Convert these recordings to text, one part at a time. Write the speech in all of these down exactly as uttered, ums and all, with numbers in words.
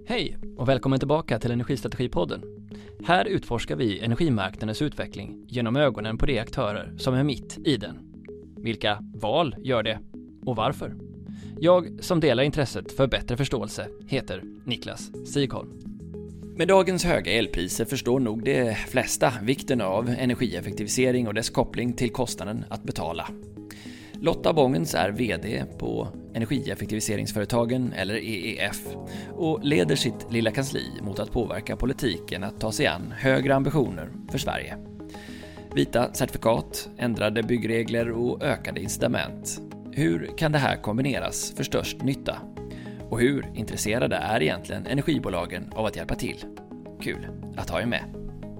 Hej och välkommen tillbaka till Energistrategipodden. Här utforskar vi energimarknadens utveckling genom ögonen på de aktörer som är mitt i den. Vilka val gör det och varför? Jag som delar intresset för bättre förståelse heter Niklas Sigholm. Med dagens höga elpriser förstår nog de flesta vikten av energieffektivisering och dess koppling till kostnaden att betala. Lotta Bångens är vd på energieffektiviseringsföretagen, eller E E F, och leder sitt lilla kansli mot att påverka politiken att ta sig an högre ambitioner för Sverige. Vita certifikat, ändrade byggregler och ökade incitament. Hur kan det här kombineras för störst nytta? Och hur intresserade är egentligen energibolagen av att hjälpa till? Kul att ha er med.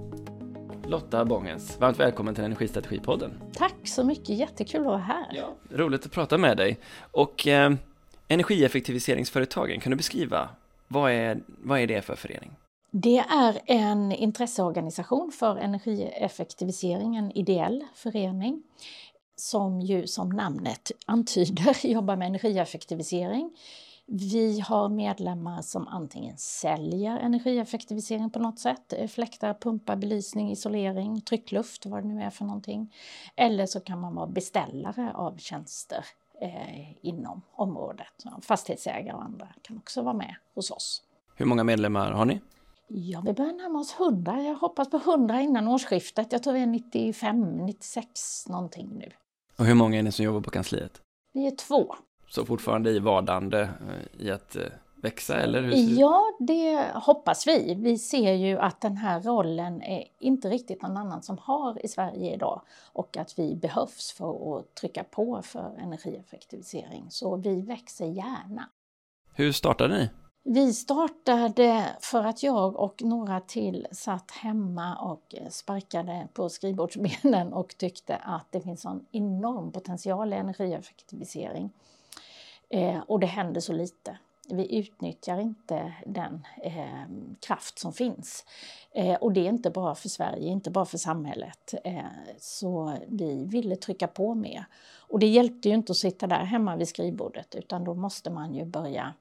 Lotta Bångens, varmt välkommen till Energistrategipodden. Tack så mycket, jättekul att vara här. Ja, roligt att prata med dig. Och eh, energieffektiviseringsföretagen, kan du beskriva, vad är, vad är det för förening? Det är en intresseorganisation för energieffektivisering, en ideell förening som ju som namnet antyder jobbar med energieffektivisering. Vi har medlemmar som antingen säljer energieffektivisering på något sätt, fläktar, pumpar, belysning, isolering, tryckluft, vad det nu är för någonting. Eller så kan man vara beställare av tjänster eh, inom området. Fastighetsägare och andra kan också vara med hos oss. Hur många medlemmar har ni? Ja, vi börjar närma oss hundra. Jag hoppas på hundra innan årsskiftet. Jag tror vi är nittiofem, nittiosex någonting nu. Och hur många är ni som jobbar på kansliet? Vi är två. Så fortfarande i vardande i att växa, eller hur? Ja, det hoppas vi. Vi ser ju att den här rollen är inte riktigt någon annan som har i Sverige idag. Och att vi behövs för att trycka på för energieffektivisering. Så vi växer gärna. Hur startade ni? Vi startade för att jag och några till satt hemma och sparkade på skrivbordsbenen och tyckte att det finns en enorm potential i energieffektivisering. Eh, och det händer så lite. Vi utnyttjar inte den eh, kraft som finns. Eh, och det är inte bra för Sverige, inte bara för samhället. Eh, så vi ville trycka på mer. Och det hjälpte ju inte att sitta där hemma vid skrivbordet, utan då måste man ju börja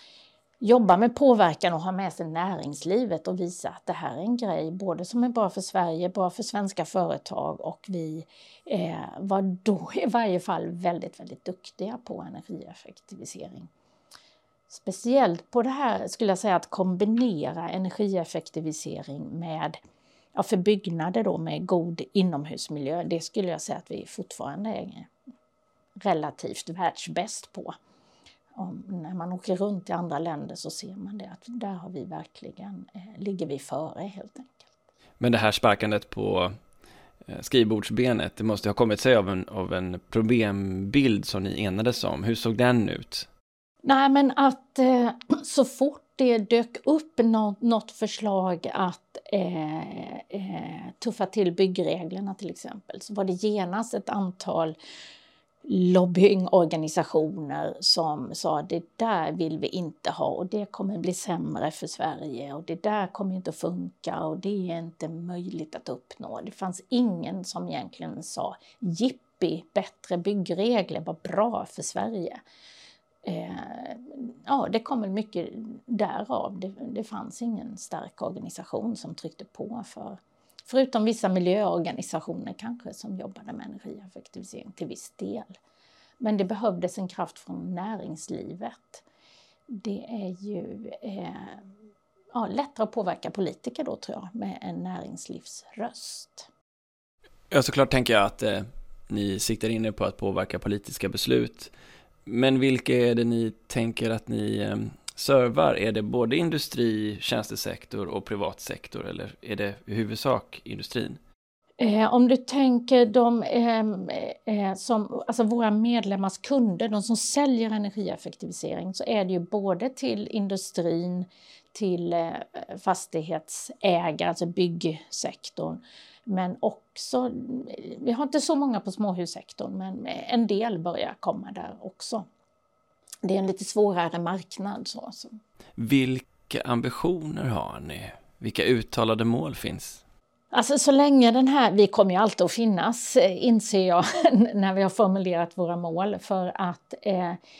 jobba med påverkan och ha med sig näringslivet och visa att det här är en grej både som är bra för Sverige, bra för svenska företag, och vi eh, var då i varje fall väldigt, väldigt duktiga på energieffektivisering. Speciellt på det här skulle jag säga att kombinera energieffektivisering med, ja, för byggnader då, med god inomhusmiljö. Det skulle jag säga att vi fortfarande är relativt världsbäst på. Om, när man åker runt i andra länder så ser man det, att där har vi verkligen, eh, ligger vi före helt enkelt. Men det här sparkandet på eh, skrivbordsbenet, det måste ha kommit sig av en, av en problembild som ni enades om. Hur såg den ut? Nej, men att eh, så fort det dök upp något, något förslag att eh, eh, tuffa till byggreglerna till exempel, så var det genast ett antal lobbyingorganisationer som sa att det där vill vi inte ha och det kommer bli sämre för Sverige och det där kommer inte att funka och det är inte möjligt att uppnå. Det fanns ingen som egentligen sa jippi, bättre byggregler var bra för Sverige. Eh, ja, det kommer mycket därav. Det, det fanns ingen stark organisation som tryckte på för, förutom vissa miljöorganisationer kanske som jobbade med energieffektivisering till viss del. Men det behövdes en kraft från näringslivet. Det är ju eh, ja, lättare att påverka politiker då, tror jag, med en näringslivsröst. Ja, såklart tänker jag att eh, ni siktar in er på att påverka politiska beslut. Men vilka är det ni tänker att ni eh, servar? Är det både industri, tjänstesektor och privatsektor, eller är det i huvudsak industrin? Eh, om du tänker de eh, eh, som, alltså våra medlemmars kunder, de som säljer energieffektivisering, så är det ju både till industrin, till eh, fastighetsägare, alltså byggsektorn, men också, vi har inte så många på småhussektorn, men en del börjar komma där också. Det är en lite svårare marknad. Så, så. Vilka ambitioner har ni? Vilka uttalade mål finns? Alltså så länge den här, vi kommer ju alltid att finnas, inser jag, när vi har formulerat våra mål, för att eh,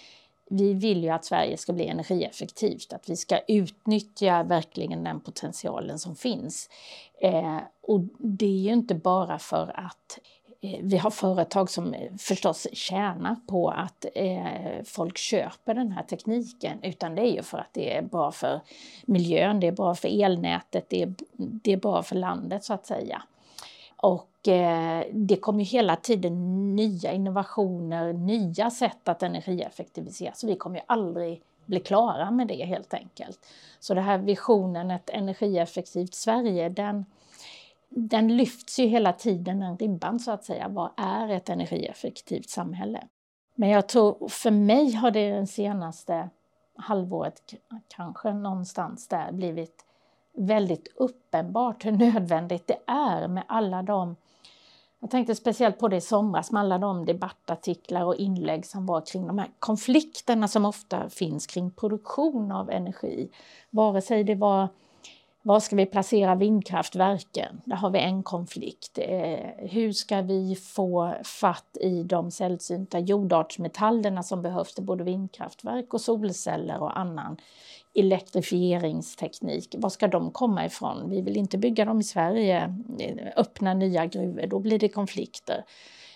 vi vill ju att Sverige ska bli energieffektivt, att vi ska utnyttja verkligen den potentialen som finns. Eh, och det är ju inte bara för att eh, vi har företag som förstås tjänar på att eh, folk köper den här tekniken, utan det är ju för att det är bra för miljön, det är bra för elnätet, det är, det är bra för landet så att säga. Och eh, det kommer ju hela tiden nya innovationer, nya sätt att energieffektivisera. Så vi kommer ju aldrig bli klara med det helt enkelt. Så den här visionen, ett energieffektivt Sverige, den, den lyfts ju hela tiden en ribban så att säga. Vad är ett energieffektivt samhälle? Men jag tror för mig har det den senaste halvåret kanske någonstans där blivit väldigt uppenbart hur nödvändigt det är med alla de, jag tänkte speciellt på det i somras, med alla de debattartiklar och inlägg som var kring de här konflikterna som ofta finns kring produktion av energi. Vare sig det var, var ska vi placera vindkraftverken? Där har vi en konflikt. Eh, hur ska vi få fatt i de sällsynta jordartsmetallerna som behövs till både vindkraftverk och solceller och annan elektrifieringsteknik? Var ska de komma ifrån? Vi vill inte bygga dem i Sverige, öppna nya gruvor, då blir det konflikter.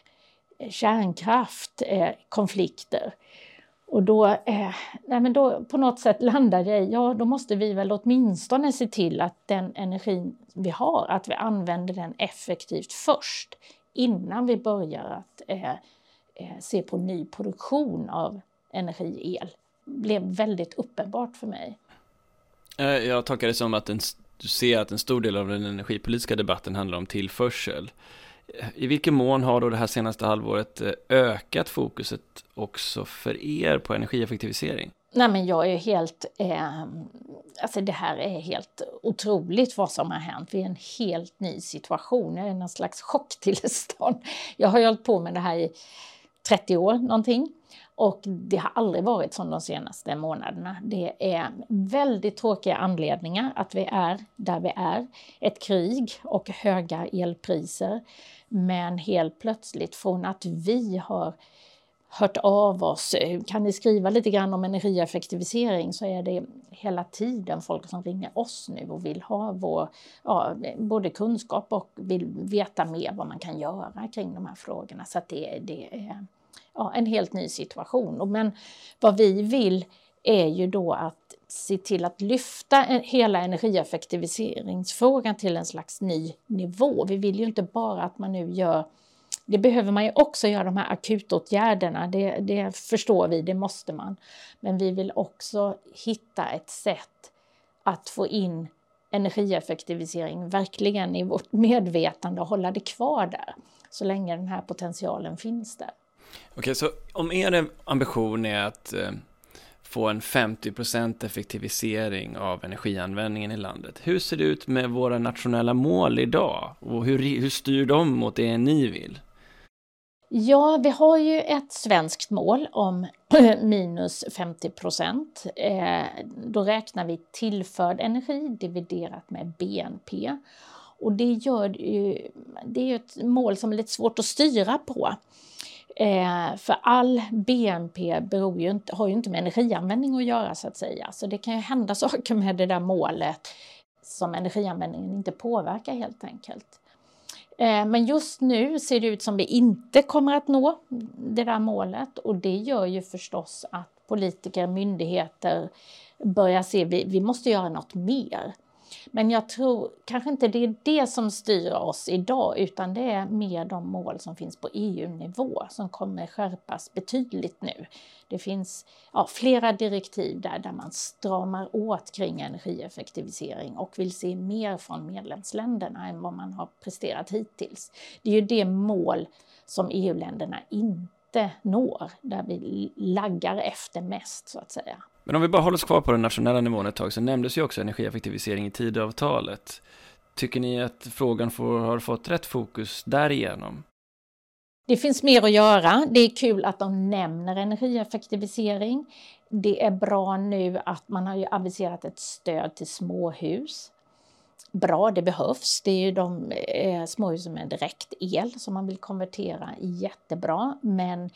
Kärnkraft, eh, konflikter. Och då, eh, nej men då på något sätt landar det i, ja då måste vi väl åtminstone se till att den energin vi har, att vi använder den effektivt först, innan vi börjar att eh, eh, se på ny produktion av energiel. Blev väldigt uppenbart för mig. Jag tolkar det som att en, du ser att en stor del av den energipolitiska debatten handlar om tillförsel. I vilken mån har då det här senaste halvåret ökat fokuset också för er på energieffektivisering? Nej, men jag är helt, eh, alltså det här är helt otroligt vad som har hänt. Vi är i en helt ny situation, jag är i en slags chocktillstånd. Jag har ju hållit på med det här i trettio år någonting. Och det har aldrig varit som de senaste månaderna. Det är väldigt tråkiga anledningar att vi är där vi är. Ett krig och höga elpriser. Men helt plötsligt från att vi har hört av oss, kan ni skriva lite grann om energieffektivisering, så är det hela tiden folk som ringer oss nu och vill ha vår, ja, både kunskap och vill veta mer vad man kan göra kring de här frågorna. Så att det, det är ja, en helt ny situation. Men vad vi vill är ju då att se till att lyfta hela energieffektiviseringsfrågan till en slags ny nivå. Vi vill ju inte bara att man nu gör, det behöver man ju också göra, de här akutåtgärderna, det, det förstår vi, det måste man. Men vi vill också hitta ett sätt att få in energieffektivisering verkligen i vårt medvetande och hålla det kvar där så länge den här potentialen finns där. Okej, så om er ambition är att eh, få en femtio procent effektivisering av energianvändningen i landet, hur ser det ut med våra nationella mål idag? Och hur, hur styr de mot det ni vill? Ja, vi har ju ett svenskt mål om minus femtio procent. Eh, då räknar vi tillförd energi dividerat med B N P. Och det, gör ju, det är ju ett mål som är lite svårt att styra på. Eh, för all B N P beror ju inte, har ju inte med energianvändning att göra så att säga. Så det kan ju hända saker med det där målet som energianvändningen inte påverkar helt enkelt. Eh, men just nu ser det ut som vi inte kommer att nå det där målet. Och det gör ju förstås att politiker, myndigheter börjar se att vi, vi måste göra något mer. Men jag tror kanske inte det är det som styr oss idag, utan det är mer de mål som finns på E U-nivå som kommer skärpas betydligt nu. Det finns ja, flera direktiv där, där man stramar åt kring energieffektivisering och vill se mer från medlemsländerna än vad man har presterat hittills. Det är ju det mål som E U-länderna inte når, där vi laggar efter mest så att säga. Men om vi bara håller oss kvar på den nationella nivån ett tag, så nämndes ju också energieffektivisering i Tidöavtalet. Tycker ni att frågan får, har fått rätt fokus därigenom? Det finns mer att göra. Det är kul att de nämner energieffektivisering. Det är bra nu att man har ju aviserat ett stöd till småhus. Bra, det behövs. Det är ju de eh, småhus med direkt el som man vill konvertera jättebra. Men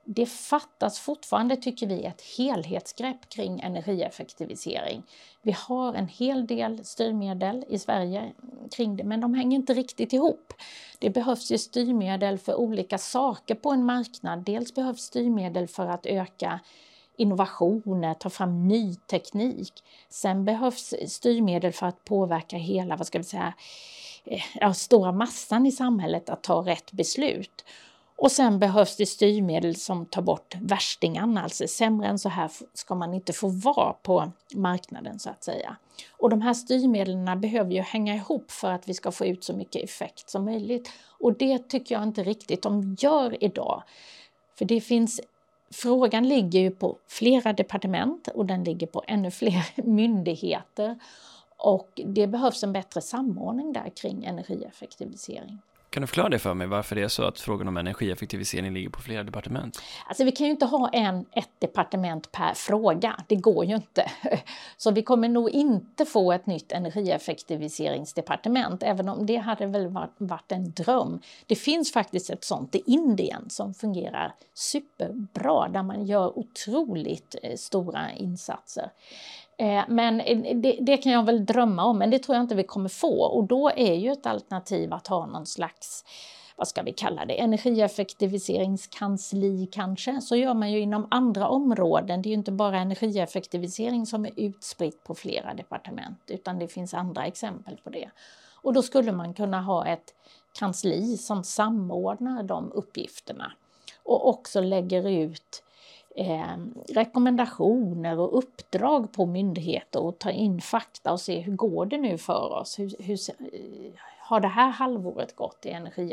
det fattas fortfarande, tycker vi, ett helhetsgrepp kring energieffektivisering. Vi har en hel del styrmedel i Sverige kring det, men de hänger inte riktigt ihop. Det behövs ju styrmedel för olika saker på en marknad. Dels behövs styrmedel för att öka innovationer, ta fram ny teknik. Sen behövs styrmedel för att påverka hela, vad ska vi säga, ja, stora massan i samhället att ta rätt beslut. Och sen behövs det styrmedel som tar bort värstingarna, alltså sämre än så här ska man inte få vara på marknaden så att säga. Och de här styrmedlen behöver ju hänga ihop för att vi ska få ut så mycket effekt som möjligt. Och det tycker jag inte riktigt de gör idag. För det finns, frågan ligger ju på flera departement och den ligger på ännu fler myndigheter. Och det behövs en bättre samordning där kring energieffektivisering. Kan du förklara det för mig, varför det är så att frågan om energieffektivisering ligger på flera departement? Alltså vi kan ju inte ha en, ett departement per fråga, det går ju inte. Så vi kommer nog inte få ett nytt energieffektiviseringsdepartement, även om det hade väl varit, varit en dröm. Det finns faktiskt ett sånt i Indien som fungerar superbra, där man gör otroligt eh, stora insatser. Men det, det kan jag väl drömma om, men det tror jag inte vi kommer få. Och då är ju ett alternativ att ha någon slags, vad ska vi kalla det, energieffektiviseringskansli kanske. Så gör man ju inom andra områden. Det är ju inte bara energieffektivisering som är utspritt på flera departement, utan det finns andra exempel på det. Och då skulle man kunna ha ett kansli som samordnar de uppgifterna och också lägger ut Eh, rekommendationer och uppdrag på myndigheter och ta in fakta och se hur går det nu för oss. Hur, hur har det här halvåret gått i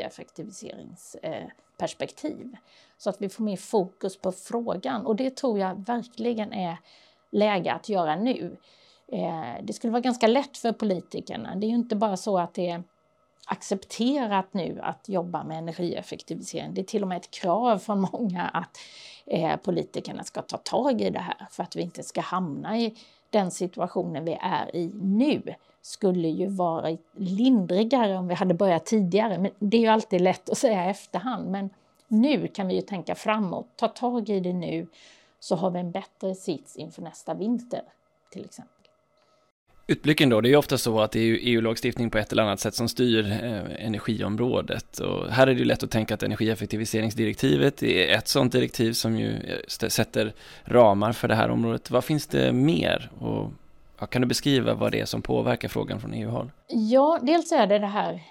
energieffektiviseringsperspektiv? Eh, så att vi får mer fokus på frågan, och det tror jag verkligen är läge att göra nu. Eh, det skulle vara ganska lätt för politikerna. Det är ju inte bara så att det är accepterat nu att jobba med energieffektivisering. Det är till och med ett krav från många att eh, politikerna ska ta tag i det här för att vi inte ska hamna i den situationen vi är i nu. Skulle ju vara lindrigare om vi hade börjat tidigare, men det är ju alltid lätt att säga i efterhand. Men nu kan vi ju tänka framåt, ta tag i det nu, så har vi en bättre sits inför nästa vinter till exempel. Utblicken då, det är ju ofta så att det är E U-lagstiftning på ett eller annat sätt som styr eh, energiområdet, och här är det ju lätt att tänka att energieffektiviseringsdirektivet är ett sådant direktiv som ju sätter ramar för det här området. Vad finns det mer, och ja, kan du beskriva vad det är som påverkar frågan från E U-håll? Ja, dels är det det här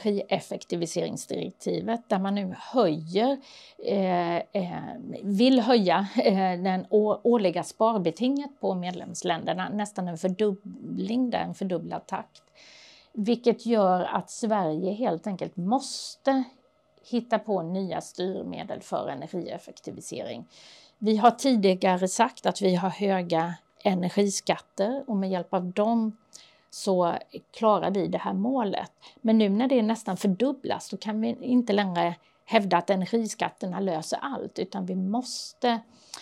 energieffektiviseringsdirektivet där man nu höjer, eh, eh, vill höja eh, den å- årliga sparbetinget på medlemsländerna, nästan en fördubbling, där en fördubblad takt. Vilket gör att Sverige helt enkelt måste hitta på nya styrmedel för energieffektivisering. Vi har tidigare sagt att vi har höga energiskatter, och med hjälp av dem så klarar vi det här målet. Men nu när det nästan fördubblas, då kan vi inte längre hävda att energiskatterna löser allt, utan vi måste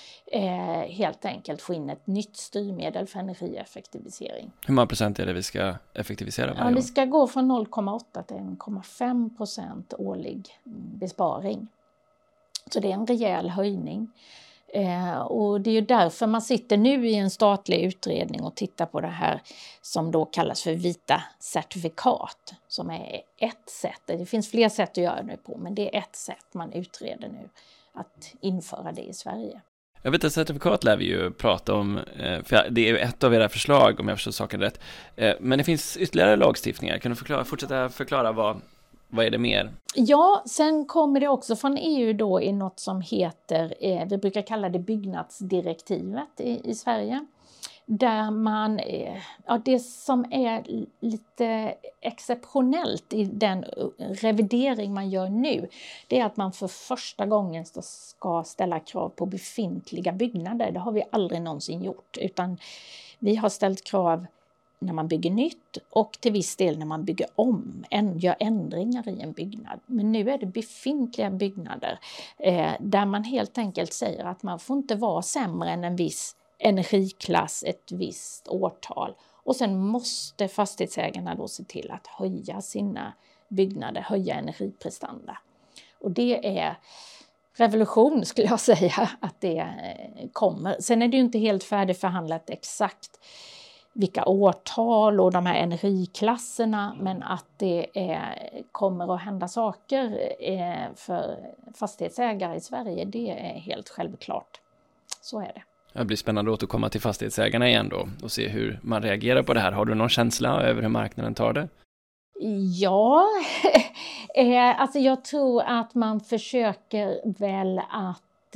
eh, helt enkelt få in ett nytt styrmedel för energieffektivisering. Hur många procent är det vi ska effektivisera varje Ja, år? vi ska gå från noll komma åtta till en komma fem procent årlig besparing. Så det är en rejäl höjning. Eh, och det är ju därför man sitter nu i en statlig utredning och tittar på det här som då kallas för vita certifikat, som är ett sätt. Det finns fler sätt att göra det på, men det är ett sätt man utreder nu, att införa det i Sverige. Jag vet att certifikat lär vi ju prata om, för det är ett av era förslag om jag förstår saken rätt. Men det finns ytterligare lagstiftningar. Kan du förklara, fortsätta förklara vad, vad är det mer? Ja, sen kommer det också från E U då i något som heter, eh, vi brukar kalla det byggnadsdirektivet i, i Sverige. Där man, eh, ja, det som är lite exceptionellt i den revidering man gör nu, det är att man för första gången ska ställa krav på befintliga byggnader. Det har vi aldrig någonsin gjort, utan vi har ställt krav när man bygger nytt och till viss del när man bygger om, gör ändringar i en byggnad. Men nu är det befintliga byggnader eh, där man helt enkelt säger att man får inte vara sämre än en viss energiklass, ett visst årtal. Och sen måste fastighetsägarna då se till att höja sina byggnader, höja energiprestanda. Och det är revolution skulle jag säga att det kommer. Sen är det ju inte helt färdigförhandlat exakt vilka årtal och de här energiklasserna, men att det är, kommer att hända saker för fastighetsägare i Sverige, det är helt självklart. Så är det. Det blir spännande att återkomma till fastighetsägarna igen då och se hur man reagerar på det här. Har du någon känsla över hur marknaden tar det? Ja, alltså jag tror att man försöker väl att,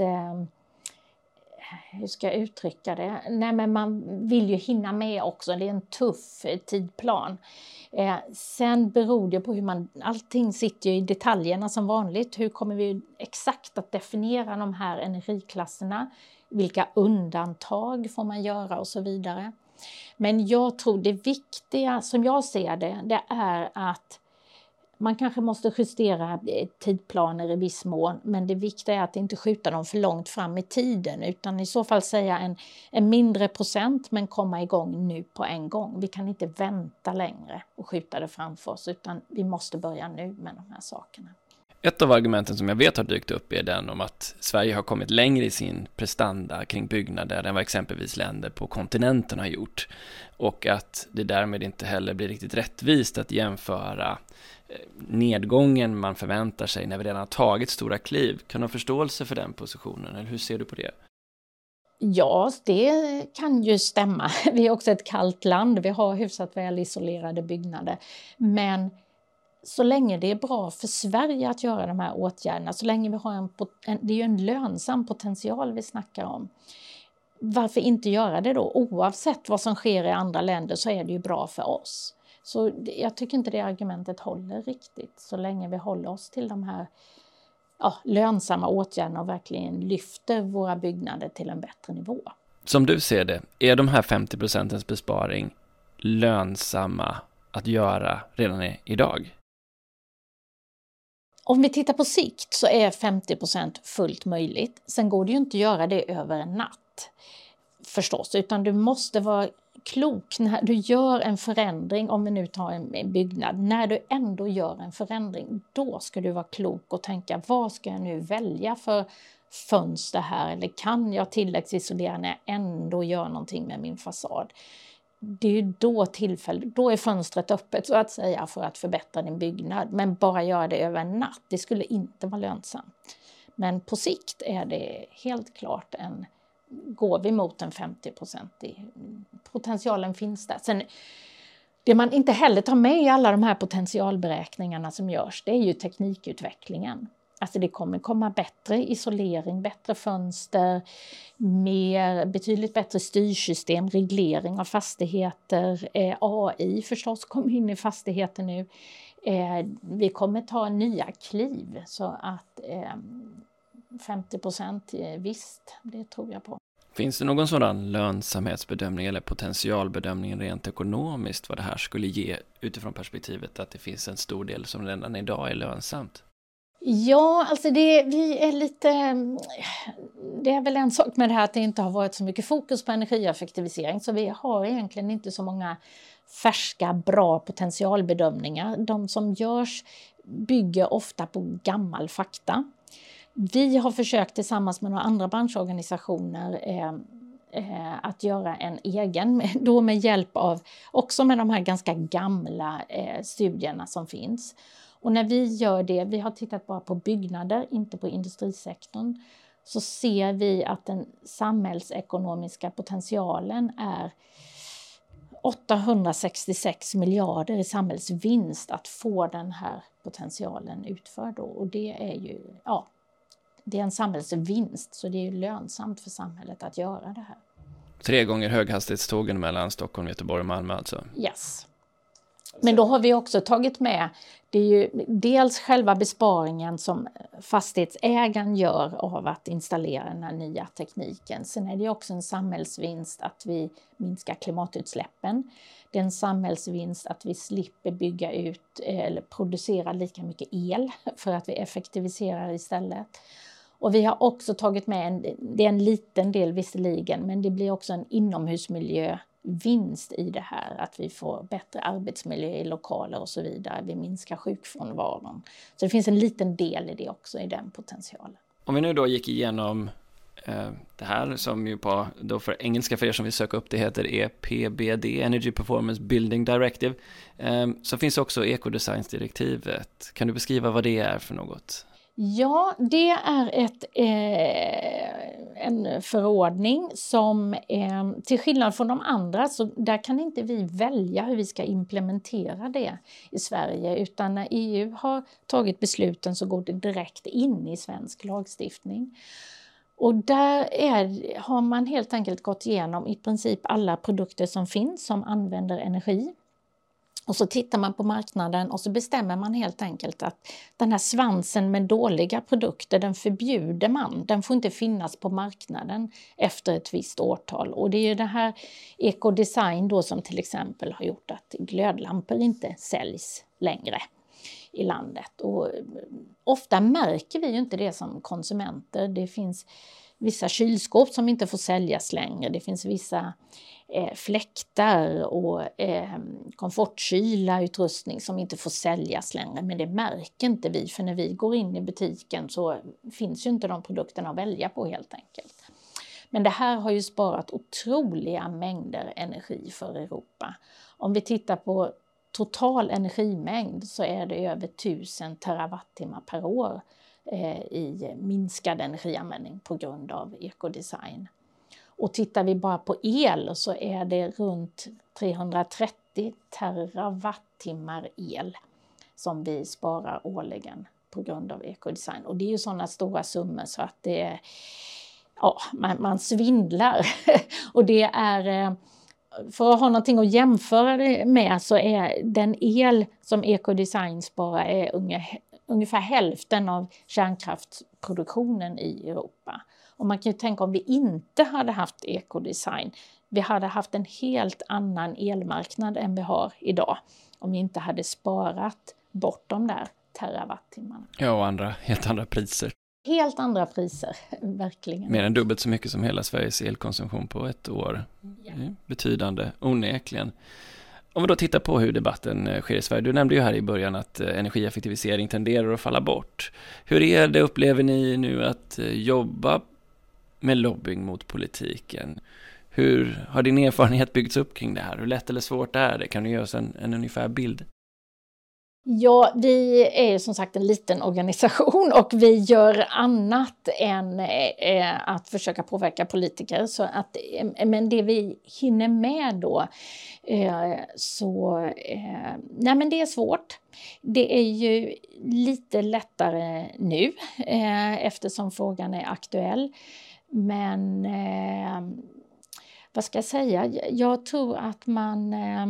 hur ska jag uttrycka det? Nej, men man vill ju hinna med också, det är en tuff tidplan. Sen beror det på hur man, allting sitter ju i detaljerna som vanligt. Hur kommer vi exakt att definiera de här energiklasserna? Vilka undantag får man göra och så vidare. Men jag tror det viktiga som jag ser det, det är att man kanske måste justera tidplaner i viss mån, men det viktiga är att inte skjuta dem för långt fram i tiden, utan i så fall säga en, en mindre procent men komma igång nu på en gång. Vi kan inte vänta längre och skjuta det framför oss, utan vi måste börja nu med de här sakerna. Ett av argumenten som jag vet har dykt upp är den om att Sverige har kommit längre i sin prestanda kring byggnader än vad exempelvis länder på kontinenten har gjort. Och att det därmed inte heller blir riktigt rättvist att jämföra nedgången man förväntar sig när vi redan har tagit stora kliv. Kan du ha förståelse för den positionen, eller hur ser du på det? Ja, det kan ju stämma. Vi är också ett kallt land, vi har hyfsat väl isolerade byggnader. Men så länge det är bra för Sverige att göra de här åtgärderna, så länge vi har en, en det är ju en lönsam potential vi snackar om. Varför inte göra det då? Oavsett vad som sker i andra länder så är det ju bra för oss. Så jag tycker inte det argumentet håller riktigt, så länge vi håller oss till de här ja, lönsamma åtgärderna och verkligen lyfter våra byggnader till en bättre nivå. Som du ser det, är de här femtio procentens besparing lönsamma att göra redan idag? Om vi tittar på sikt så är femtio procent fullt möjligt. Sen går det ju inte att göra det över en natt förstås, utan du måste vara klok när du gör en förändring. Om vi nu tar en byggnad, när du ändå gör en förändring, då ska du vara klok och tänka, vad ska jag nu välja för fönster här, eller kan jag tilläggsisolera när jag ändå gör någonting med min fasad? Det är ju då tillfälle, då är fönstret öppet så att säga för att förbättra din byggnad, men bara göra det över en natt, det skulle inte vara lönsamt. Men på sikt är det helt klart en, går vi mot en femtio procent, potentialen finns där. Sen, det man inte heller tar med i alla de här potentialberäkningarna som görs, det är ju teknikutvecklingen. Alltså det kommer komma bättre isolering, bättre fönster, mer, betydligt bättre styrsystem, reglering av fastigheter, eh, A I förstås kommer in i fastigheter nu. Eh, vi kommer ta nya kliv, så att eh, femtio procent eh, visst, det tror jag på. Finns det någon sådan lönsamhetsbedömning eller potentialbedömning rent ekonomiskt vad det här skulle ge utifrån perspektivet att det finns en stor del som redan idag är lönsamt? Ja, alltså det, vi är lite, det är väl en sak med det här att det inte har varit så mycket fokus på energieffektivisering, så vi har egentligen inte så många färska, bra potentialbedömningar. De som görs bygger ofta på gammal fakta. Vi har försökt tillsammans med några andra branschorganisationer eh, eh, att göra en egen, då med hjälp av, också med de här ganska gamla eh, studierna som finns. Och när vi gör det, vi har tittat bara på byggnader, inte på industrisektorn, så ser vi att den samhällsekonomiska potentialen är åttahundrasextiosex miljarder i samhällsvinst att få den här potentialen utförd. Och det är ju, ja, det är en samhällsvinst, så det är ju lönsamt för samhället att göra det här. Tre gånger höghastighetstågen mellan Stockholm, Göteborg och Malmö alltså? Yes. Men då har vi också tagit med, det är ju dels själva besparingen som fastighetsägaren gör av att installera den här nya tekniken. Sen är det också en samhällsvinst att vi minskar klimatutsläppen. Det är en samhällsvinst att vi slipper bygga ut eller producera lika mycket el för att vi effektiviserar istället. Och vi har också tagit med, en, det är en liten del visserligen, men det blir också en inomhusmiljö vinst i det här, att vi får bättre arbetsmiljö i lokaler och så vidare. Vi minskar sjukfrånvaron. Så det finns en liten del i det också, i den potentialen. Om vi nu då gick igenom eh, det här som ju på, då för engelska för er som vill söka upp det heter E P B D, Energy Performance Building Directive, eh, så finns också ekodesignsdirektivet. Kan du beskriva vad det är för något? Ja, det är ett, eh, en förordning som eh, till skillnad från de andra, så där kan inte vi välja hur vi ska implementera det i Sverige, utan när E U har tagit besluten så går det direkt in i svensk lagstiftning. Och där är, har man helt enkelt gått igenom i princip alla produkter som finns som använder energi. Och så tittar man på marknaden och så bestämmer man helt enkelt att den här svansen med dåliga produkter, den förbjuder man. Den får inte finnas på marknaden efter ett visst årtal. Och det är ju det här ekodesign då som till exempel har gjort att glödlampor inte säljs längre i landet. Och ofta märker vi ju inte det som konsumenter. Det finns vissa kylskåp som inte får säljas längre. Det finns vissa eh, fläktar och eh, komfortkyla utrustning som inte får säljas längre. Men det märker inte vi, för när vi går in i butiken så finns ju inte de produkterna att välja på helt enkelt. Men det här har ju sparat otroliga mängder energi för Europa. Om vi tittar på total energimängd så är det över tusen terawattimmar per år eh, i minskad energianvändning på grund av ekodesign. Och tittar vi bara på el så är det runt trehundratrettio terawattimmar el som vi sparar årligen på grund av ekodesign. Och det är ju sådana stora summor så att det är, ja, man, man svindlar. Och det är... För att ha någonting att jämföra det med så är den el som ekodesign sparar är unge, ungefär hälften av kärnkraftsproduktionen i Europa. Och man kan ju tänka om vi inte hade haft ekodesign, vi hade haft en helt annan elmarknad än vi har idag. Om vi inte hade sparat bort de där terawattimmarna. Ja, och andra, helt andra priser. Helt andra priser, verkligen. Mer än dubbelt så mycket som hela Sveriges elkonsumtion på ett år. Ja. Betydande, onekligen. Om vi då tittar på hur debatten sker i Sverige. Du nämnde ju här i början att energieffektivisering tenderar att falla bort. Hur är det, upplever ni nu att jobba med lobbying mot politiken? Hur har din erfarenhet byggts upp kring det här? Hur lätt eller svårt är det? Kan du ge oss en, en ungefär bild? Ja, vi är som sagt en liten organisation och vi gör annat än eh, att försöka påverka politiker. Så att, eh, men det vi hinner med då, eh, så eh, nej men det är svårt. Det är ju lite lättare nu eh, eftersom frågan är aktuell. Men eh, vad ska jag säga? Jag tror att man... Eh,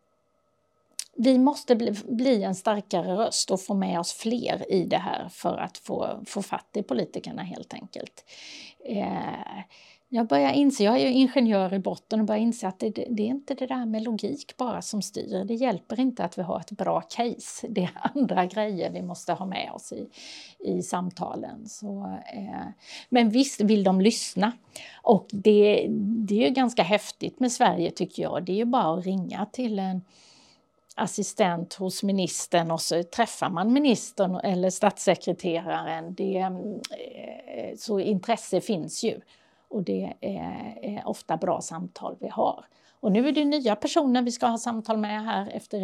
Vi måste bli, bli en starkare röst och få med oss fler i det här för att få, få fatt i politikerna helt enkelt. Eh, jag börjar inse, jag är ju ingenjör i botten och börjar inse att det, det är inte det där med logik bara som styr. Det hjälper inte att vi har ett bra case. Det är andra grejer vi måste ha med oss i, i samtalen. Så, eh, men visst vill de lyssna. Och det, det är ju ganska häftigt med Sverige tycker jag. Det är ju bara att ringa till en assistent hos ministern och så träffar man ministern eller statssekreteraren. Det, så intresse finns ju och det är ofta bra samtal vi har. Och nu är det nya personer vi ska ha samtal med här efter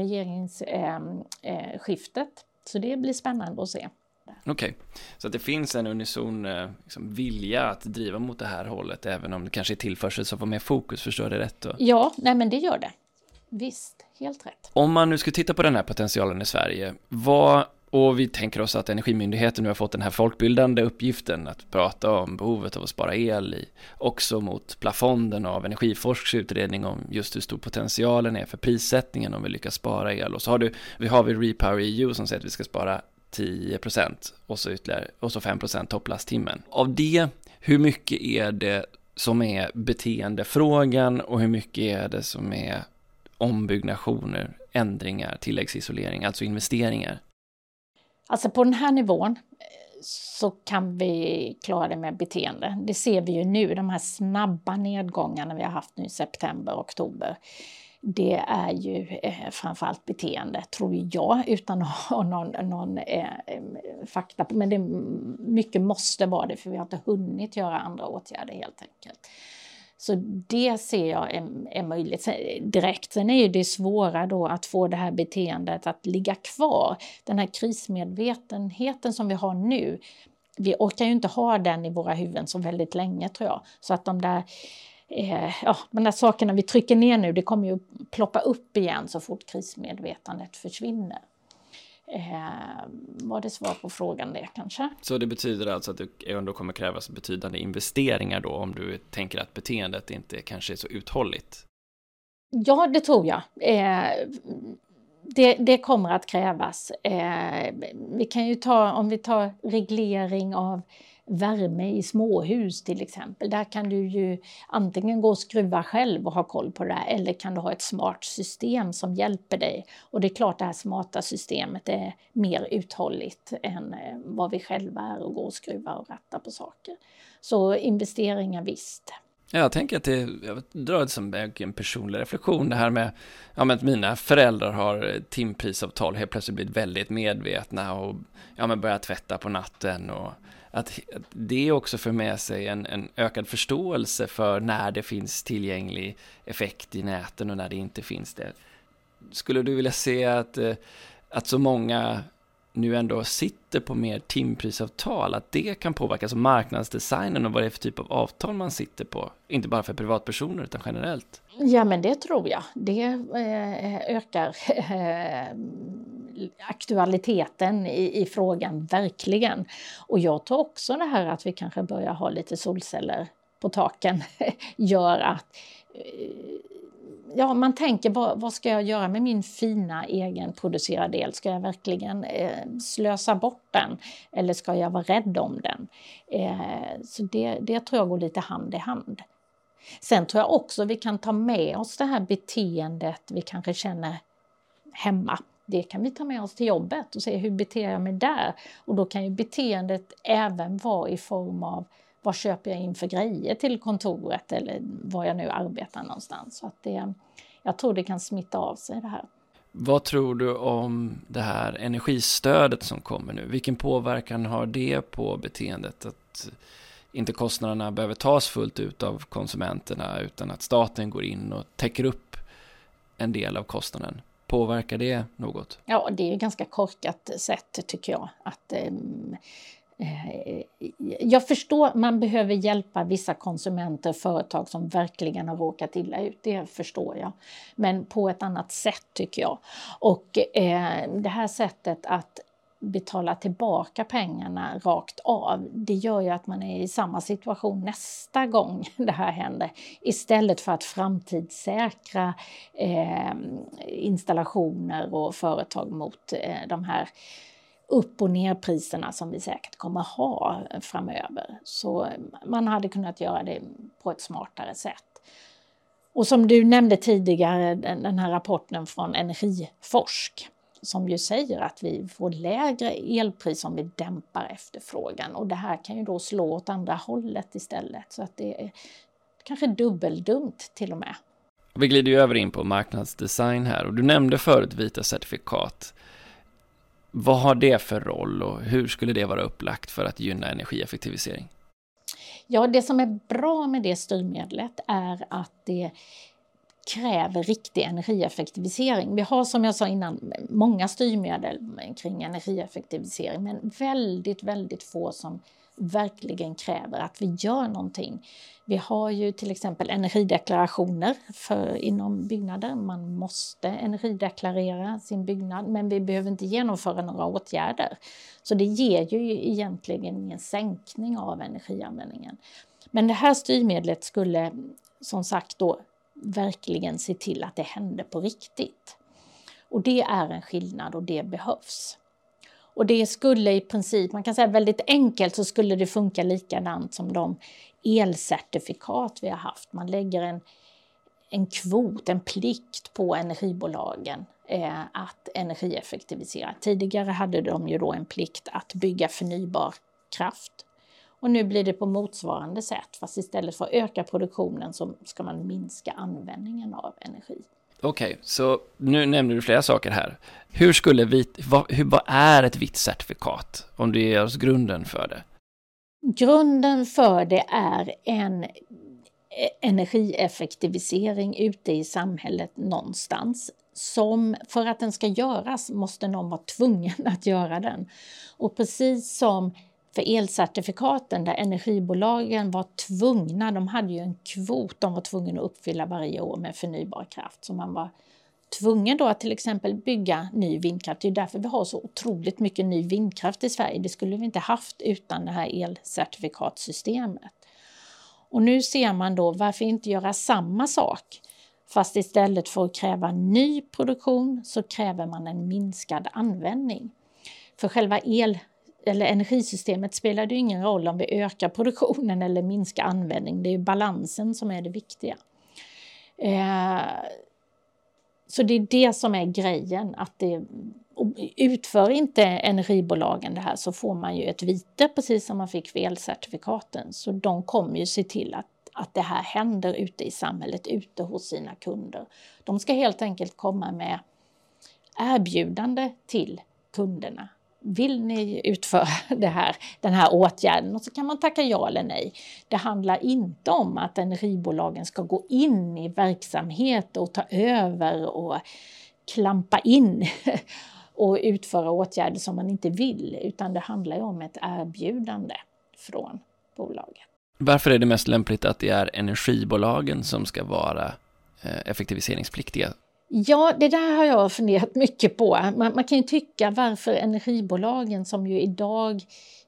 regeringsskiftet. Så det blir spännande att se. Okej, okay. Så att det finns en unison liksom, vilja att driva mot det här hållet även om det kanske är tillförsel som får mer fokus, förstår det rätt då? Ja, nej men det gör det. Visst, helt rätt. Om man nu skulle titta på den här potentialen i Sverige, vad, och vi tänker oss att Energimyndigheten nu har fått den här folkbildande uppgiften att prata om behovet av att spara el i, också mot plafonden av Energiforsks utredning om just hur stor potentialen är för prissättningen om vi lyckas spara el. Och så har du, vi har vi Repower E U som säger att vi ska spara tio procent och så ytterligare, och så fem procent topplasttimmen. Av det, hur mycket är det som är beteendefrågan och hur mycket är det som är ombyggnationer, ändringar, tilläggsisolering, alltså investeringar? Alltså på den här nivån så kan vi klara det med beteende. Det ser vi ju nu, de här snabba nedgångarna vi har haft nu i september och oktober. Det är ju eh, framförallt beteende, tror jag, utan att ha någon, någon eh, fakta. Men det, mycket måste vara det, för vi har inte hunnit göra andra åtgärder helt enkelt. Så det ser jag är, är möjligt direkt. Sen är ju det svåra då att få det här beteendet att ligga kvar. Den här krismedvetenheten som vi har nu, vi orkar ju inte ha den i våra huvuden så väldigt länge, tror jag. Så att de där, eh, ja, de där sakerna vi trycker ner nu, det kommer ju ploppa upp igen så fort krismedvetandet försvinner. Eh, var det svar på frågan det kanske? Så det betyder alltså att det ändå kommer krävas betydande investeringar då, om du tänker att beteendet inte kanske är så uthålligt? Ja, det tror jag. Eh, det, det kommer att krävas. Eh, vi kan ju ta, om vi tar reglering av värme i småhus till exempel. Där kan du ju antingen gå och skruva själv och ha koll på det här, eller kan du ha ett smart system som hjälper dig. Och det är klart, det här smarta systemet är mer uthålligt än vad vi själva är och gå och skruva och ratta på saker. Så investeringar visst. Jag tänker att det, jag drar det som en personlig reflektion, det här med, ja, men att mina föräldrar har timprisavtal, helt plötsligt blivit väldigt medvetna och ja, men börjat tvätta på natten, och att det också för med sig en, en ökad förståelse för när det finns tillgänglig effekt i näten och när det inte finns det. Skulle du vilja se att, att så många nu ändå sitter på mer timprisavtal, att det kan påverka alltså marknadsdesignen och vad det är för typ av avtal man sitter på, inte bara för privatpersoner utan generellt? Ja, men det tror jag. Det eh, ökar eh, aktualiteten i, i frågan verkligen. Och jag tror också det här att vi kanske börjar ha lite solceller på taken gör att eh, ja, man tänker, vad, vad ska jag göra med min fina egenproducerade el? Ska jag verkligen eh, slösa bort den? Eller ska jag vara rädd om den? Eh, så det, det tror jag går lite hand i hand. Sen tror jag också vi kan ta med oss det här beteendet vi kanske känner hemma. Det kan vi ta med oss till jobbet och se hur beter jag mig där. Och då kan ju beteendet även vara i form av vad köper jag in för grejer till kontoret eller var jag nu arbetar någonstans. Så att det, jag tror det kan smitta av sig det här. Vad tror du om det här energistödet som kommer nu? Vilken påverkan har det på beteendet? Att inte kostnaderna behöver tas fullt ut av konsumenterna utan att staten går in och täcker upp en del av kostnaden. Påverkar det något? Ja, det är ju ganska korkat sätt tycker jag. Att, eh, jag förstår att man behöver hjälpa vissa konsumenter och företag som verkligen har råkat illa ut. Det förstår jag. Men på ett annat sätt tycker jag. Och eh, det här sättet att betala tillbaka pengarna rakt av, det gör ju att man är i samma situation nästa gång det här händer, istället för att framtidssäkra eh, installationer och företag mot eh, de här upp- och nerpriserna som vi säkert kommer ha framöver. Så man hade kunnat göra det på ett smartare sätt. Och som du nämnde tidigare, den här rapporten från Energiforsk som ju säger att vi får lägre elpris om vi dämpar efterfrågan. Och det här kan ju då slå åt andra hållet istället. Så att det är kanske dubbeldumt till och med. Vi glider ju över in på marknadsdesign här. Och du nämnde förut vita certifikat. Vad har det för roll och hur skulle det vara upplagt för att gynna energieffektivisering? Ja, det som är bra med det styrmedlet är att det kräver riktig energieffektivisering. Vi har som jag sa innan många styrmedel kring energieffektivisering, men väldigt, väldigt få som verkligen kräver att vi gör någonting. Vi har ju till exempel energideklarationer för, inom byggnader. Man måste energideklarera sin byggnad, men vi behöver inte genomföra några åtgärder. Så det ger ju egentligen ingen sänkning av energianvändningen. Men det här styrmedlet skulle som sagt då verkligen se till att det händer på riktigt. Och det är en skillnad och det behövs. Och det skulle i princip, man kan säga väldigt enkelt, så skulle det funka likadant som de elcertifikat vi har haft. Man lägger en, en kvot, en plikt på energibolagen eh, att energieffektivisera. Tidigare hade de ju då en plikt att bygga förnybar kraft. Och nu blir det på motsvarande sätt, fast istället för att öka produktionen så ska man minska användningen av energi. Okej, okay, så nu nämner du flera saker här. Hur skulle vit, vad, hur, vad är ett vitt certifikat, om du ger oss grunden för det? Grunden för det är en energieffektivisering ute i samhället någonstans. Som för att den ska göras måste någon vara tvungen att göra den. Och precis som för elcertifikaten där energibolagen var tvungna, de hade ju en kvot de var tvungna att uppfylla varje år med förnybar kraft. Så man var tvungen då att till exempel bygga ny vindkraft. Det är därför vi har så otroligt mycket ny vindkraft i Sverige. Det skulle vi inte haft utan det här elcertifikatsystemet. Och nu ser man då varför inte göra samma sak. Fast istället för att kräva ny produktion så kräver man en minskad användning. För själva el eller energisystemet spelar det ju ingen roll om vi ökar produktionen eller minskar användning. Det är ju balansen som är det viktiga. Eh, så det är det som är grejen. Att det, utför inte energibolagen det här så får man ju ett vite precis som man fick för elcertifikaten. Så de kommer ju se till att att det här händer ute i samhället, ute hos sina kunder. De ska helt enkelt komma med erbjudande till kunderna. Vill ni utföra det här, den här åtgärden? Och så kan man tacka ja eller nej. Det handlar inte om att energibolagen ska gå in i verksamhet och ta över och klampa in och utföra åtgärder som man inte vill. Utan det handlar om ett erbjudande från bolaget. Varför är det mest lämpligt att det är energibolagen som ska vara effektiviseringspliktiga? Ja, det där har jag funderat mycket på. Man, man kan ju tycka varför energibolagen som ju idag,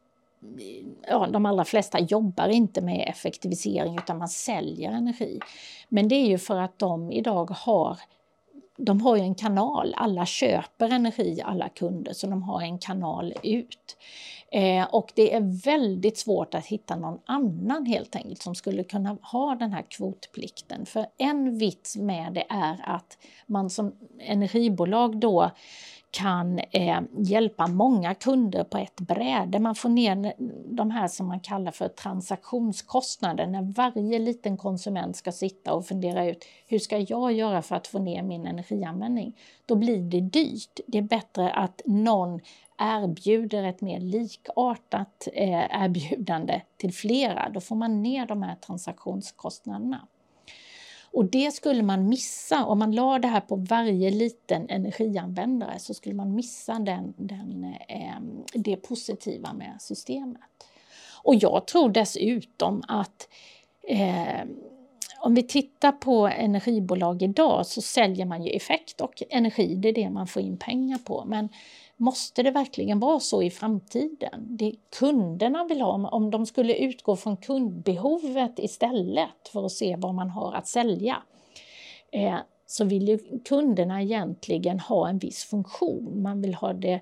ja, de allra flesta jobbar inte med effektivisering utan man säljer energi. Men det är ju för att de idag har, de har ju en kanal, alla köper energi, alla kunder, så de har en kanal ut. Eh, och det är väldigt svårt att hitta någon annan helt enkelt som skulle kunna ha den här kvotplikten. För en vits med det är att man som energibolag då kan eh, hjälpa många kunder på ett bräde. Man får ner de här som man kallar för transaktionskostnader. När varje liten konsument ska sitta och fundera ut hur ska jag göra för att få ner min energianvändning. Då blir det dyrt. Det är bättre att någon erbjuder ett mer likartat eh, erbjudande till flera. Då får man ner de här transaktionskostnaderna. Och det skulle man missa, om man la det här på varje liten energianvändare så skulle man missa den, den, eh, det positiva med systemet. Och jag tror dessutom att eh, om vi tittar på energibolag idag så säljer man ju effekt och energi, det är det man får in pengar på. Men måste det verkligen vara så i framtiden? Det kunderna vill ha, om de skulle utgå från kundbehovet istället för att se vad man har att sälja, eh, så vill ju kunderna egentligen ha en viss funktion. Man vill ha det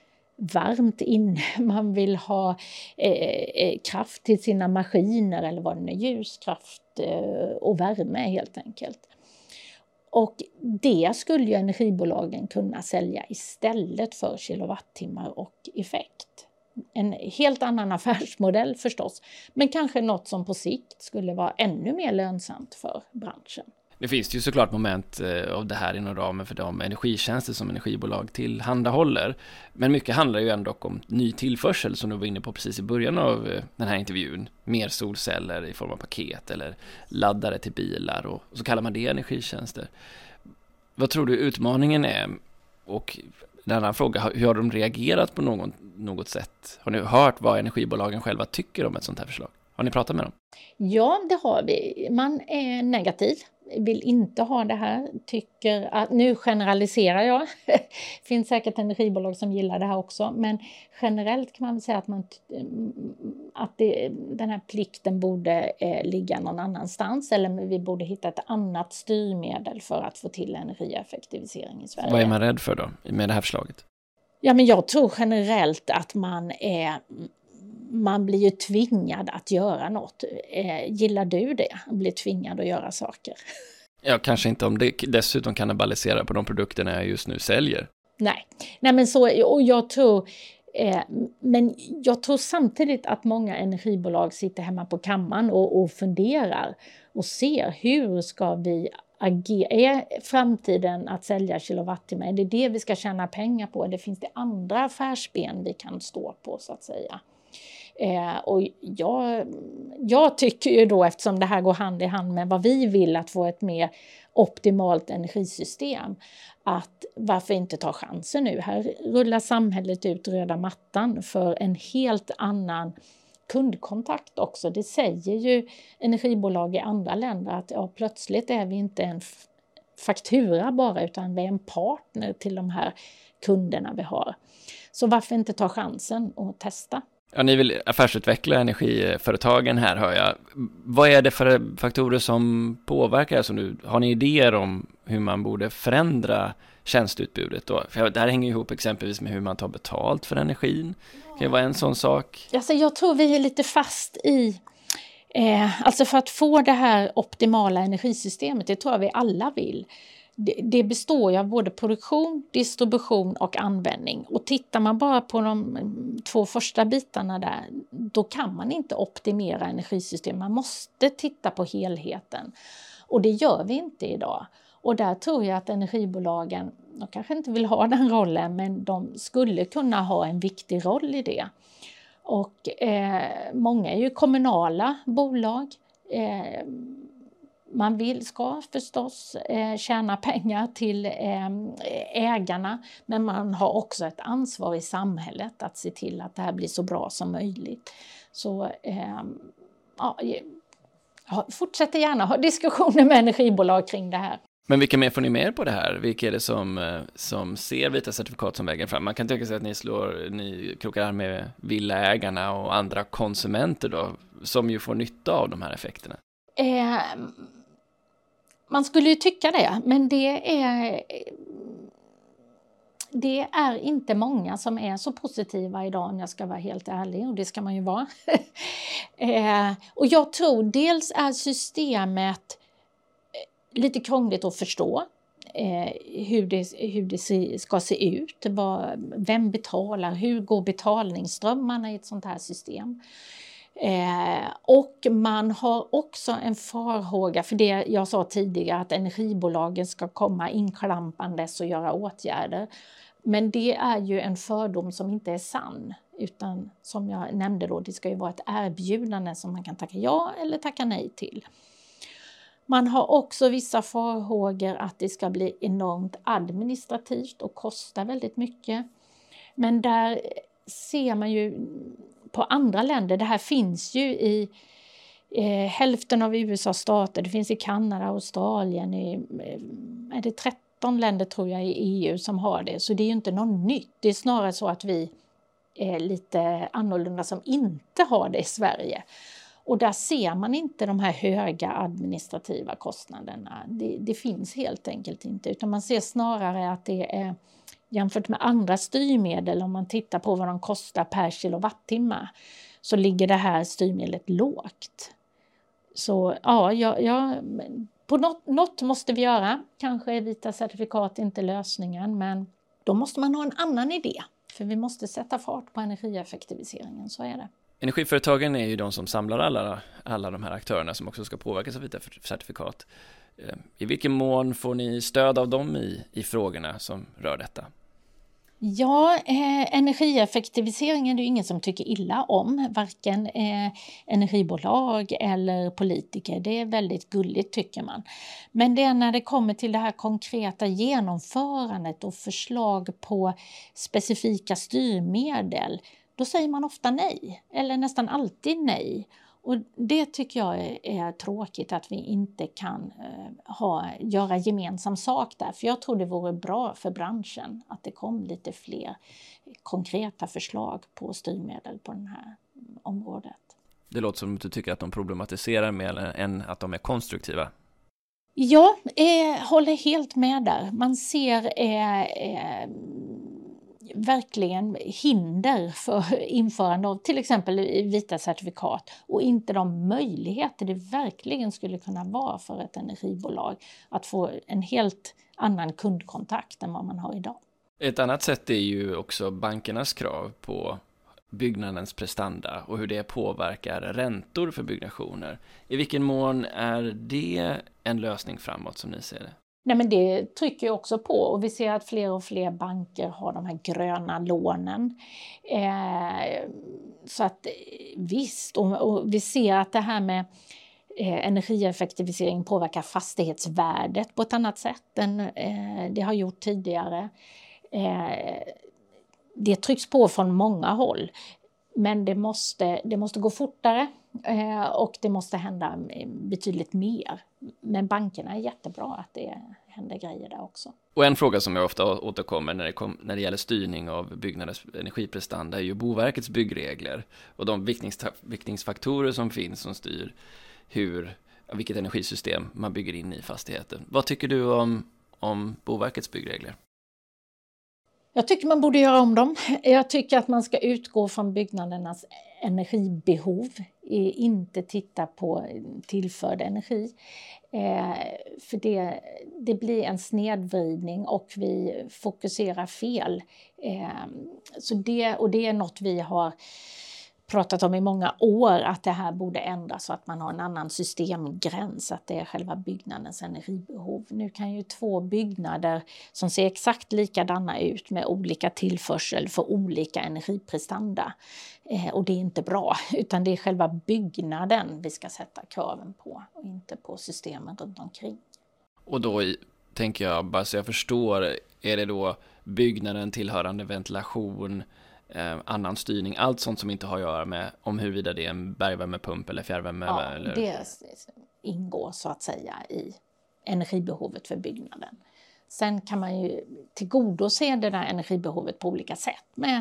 varmt inne, man vill ha eh, kraft till sina maskiner eller vad det nu är, ljuskraft eh, och värme helt enkelt. Och det skulle ju energibolagen kunna sälja istället för kilowattimmar och effekt. En helt annan affärsmodell förstås, men kanske något som på sikt skulle vara ännu mer lönsamt för branschen. Det finns ju såklart moment av det här inom ramen för de energitjänster som energibolag tillhandahåller. Men mycket handlar ju ändå om ny tillförsel som du var inne på precis i början av den här intervjun. Mer solceller i form av paket eller laddare till bilar och så kallar man det energitjänster. Vad tror du utmaningen är? Och en annan fråga, hur har de reagerat på någon, något sätt? Har ni hört vad energibolagen själva tycker om ett sånt här förslag? Har ni pratat med dem? Ja, det har vi. Man är negativ. Vill inte ha det här, tycker att, nu generaliserar jag, det finns säkert energibolag som gillar det här också, men generellt kan man väl säga att, man, att det, den här plikten borde eh, ligga någon annanstans eller vi borde hitta ett annat styrmedel för att få till energieffektivisering i Sverige. Vad är man rädd för då med det här förslaget? Ja, men jag tror generellt att man är man blir ju tvingad att göra något. Eh, gillar du det? Blir tvingad att göra saker? Ja, kanske inte om det dessutom kannibaliserar på de produkterna jag just nu säljer. Nej, Nej men så, och jag tror Eh, men jag tror samtidigt att många energibolag sitter hemma på kammaren och, och funderar och ser hur ska vi agera. Är framtiden att sälja kilowattimmar? Är det det vi ska tjäna pengar på? Eller finns det andra affärsben vi kan stå på så att säga? Eh, och jag, jag tycker ju då, eftersom det här går hand i hand med vad vi vill att få ett mer optimalt energisystem, att varför inte ta chansen nu? Här rullar samhället ut röda mattan för en helt annan kundkontakt också. Det säger ju energibolag i andra länder att ja, plötsligt är vi inte en faktura bara, utan vi är en partner till de här kunderna vi har. Så varför inte ta chansen och testa? Ja, ni vill affärsutveckla energiföretagen här, hör jag. Vad är det för faktorer som påverkar? Alltså nu, har ni idéer om hur man borde förändra tjänsteutbudet då? För det här hänger ihop exempelvis med hur man tar betalt för energin. Det kan vara en sån sak. Alltså jag tror vi är lite fast i, eh, alltså för att få det här optimala energisystemet, det tror jag vi alla vill. Det, det består ju av både produktion, distribution och användning. Och tittar man bara på de två första bitarna där, då kan man inte optimera energisystem. Man måste titta på helheten. Och det gör vi inte idag. Och där tror jag att energibolagen, de kanske inte vill ha den rollen, men de skulle kunna ha en viktig roll i det. Och eh, många är ju kommunala bolag. Eh, man vill, ska förstås eh, tjäna pengar till eh, ägarna, men man har också ett ansvar i samhället att se till att det här blir så bra som möjligt. Så eh, ja, fortsätter gärna ha diskussioner med energibolag kring det här. Men vilka mer får ni med på det här? Vilka är det som, som ser vita certifikat som vägen fram? Man kan tänka sig att ni slår, ni krokar arm med villaägarna och andra konsumenter då, som ju får nytta av de här effekterna. Eh, man skulle ju tycka det, men det är, det är inte många som är så positiva idag, om jag ska vara helt ärlig, och det ska man ju vara. eh, och jag tror dels är systemet lite krångligt att förstå. Eh, hur det, hur det se, ska se ut, vad, vem betalar, hur går betalningsströmmarna i ett sånt här system. Eh, och man har också en farhåga för det jag sa tidigare, att energibolagen ska komma inklampandes och göra åtgärder. Men det är ju en fördom som inte är sann, utan som jag nämnde då, det ska ju vara ett erbjudande som man kan tacka ja eller tacka nej till. Man har också vissa farhågor att det ska bli enormt administrativt och kosta väldigt mycket. Men där ser man ju på andra länder, det här finns ju i eh, hälften av U S A stater, det finns i Kanada, Australien, i, är det tretton länder tror jag i E U som har det. Så det är ju inte något nytt, det är snarare så att vi är lite annorlunda som inte har det i Sverige. Och där ser man inte de här höga administrativa kostnaderna. Det, det finns helt enkelt inte. Utan man ser snarare att det är, jämfört med andra styrmedel, om man tittar på vad de kostar per kilowattimme, så ligger det här styrmedlet lågt. Så ja, ja, ja på något, något måste vi göra. Kanske är vita certifikat inte lösningen, men då måste man ha en annan idé. För vi måste sätta fart på energieffektiviseringen, så är det. Energiföretagen är ju de som samlar alla, alla de här aktörerna som också ska påverkas av vita certifikat. I vilken mån får ni stöd av dem i, i frågorna som rör detta? Ja, eh, energieffektivisering är det ju ingen som tycker illa om, varken eh, energibolag eller politiker. Det är väldigt gulligt tycker man. Men det är när det kommer till det här konkreta genomförandet och förslag på specifika styrmedel, då säger man ofta nej, eller nästan alltid nej. Och det tycker jag är, är tråkigt, att vi inte kan eh, ha, göra gemensam sak där. För jag tror det vore bra för branschen att det kom lite fler konkreta förslag på styrmedel på det här området. Det låter som att du tycker att de problematiserar mer än att de är konstruktiva. Ja, eh, håller helt med där. Man ser eh, eh, verkligen hinder för införande av till exempel vita certifikat, och inte de möjligheter det verkligen skulle kunna vara för ett energibolag att få en helt annan kundkontakt än vad man har idag. Ett annat sätt är ju också bankernas krav på byggnadens prestanda och hur det påverkar räntor för byggnationer. I vilken mån är det en lösning framåt som ni ser det? Nej, men det trycker ju också på, och vi ser att fler och fler banker har de här gröna lånen. Eh, så att visst, och, och vi ser att det här med eh, energieffektivisering påverkar fastighetsvärdet på ett annat sätt än eh, det har gjort tidigare. Eh, det trycks på från många håll, men det måste, det måste gå fortare eh, och det måste hända betydligt mer. Men bankerna är jättebra att det händer grejer där också. Och en fråga som jag ofta återkommer när det, kom, när det gäller styrning av byggnaders energiprestanda är ju Boverkets byggregler och de viktnings, viktningsfaktorer som finns som styr hur, vilket energisystem man bygger in i fastigheten. Vad tycker du om, om Boverkets byggregler? Jag tycker man borde göra om dem. Jag tycker att man ska utgå från byggnadernas energibehov, inte titta på tillförd energi. Eh, för det, det blir en snedvridning och vi fokuserar fel. Eh, så det, och det är något vi har pratat om i många år, att det här borde ändras så att man har en annan systemgräns, att det är själva byggnadens energibehov. Nu kan ju två byggnader som ser exakt likadana ut med olika tillförsel för olika energiprestanda. Eh, och det är inte bra, utan det är själva byggnaden vi ska sätta kraven på och inte på systemen runt omkring. Och då i, tänker jag, bara så jag förstår, är det då byggnaden tillhörande ventilation, Eh, annan styrning, allt sånt som inte har att göra med om huruvida det är en bergvärmepump eller fjärrvärme? Ja, eller... det ingår så att säga i energibehovet för byggnaden. Sen kan man ju tillgodose det där energibehovet på olika sätt med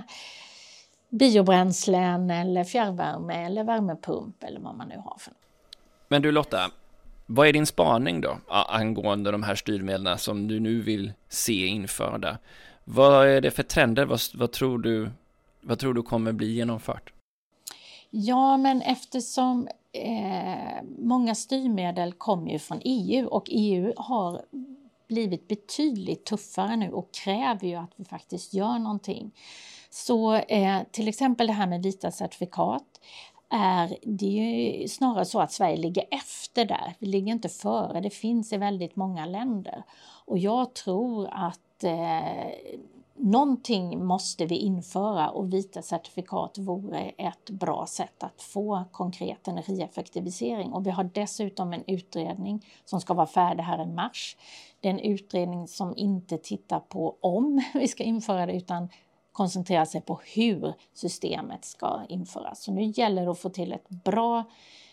biobränslen eller fjärrvärme eller värmepump eller vad man nu har för. Men du Lotta, vad är din spaning då angående de här styrmedlen som du nu vill se införda? Vad är det för trender? Vad, vad tror du Vad tror du kommer bli genomfört? Ja, men eftersom eh, många styrmedel kommer ju från E U och E U har blivit betydligt tuffare nu och kräver ju att vi faktiskt gör någonting. Så eh, till exempel det här med vita certifikat, är det ju snarare så att Sverige ligger efter där. Vi ligger inte före, det finns i väldigt många länder. Och jag tror att eh, någonting måste vi införa, och vita certifikat vore ett bra sätt att få konkret energieffektivisering. Och vi har dessutom en utredning som ska vara färdig här i mars. Det är en utredning som inte tittar på om vi ska införa det utan koncentrerar sig på hur systemet ska införas. Så nu gäller det att få till ett bra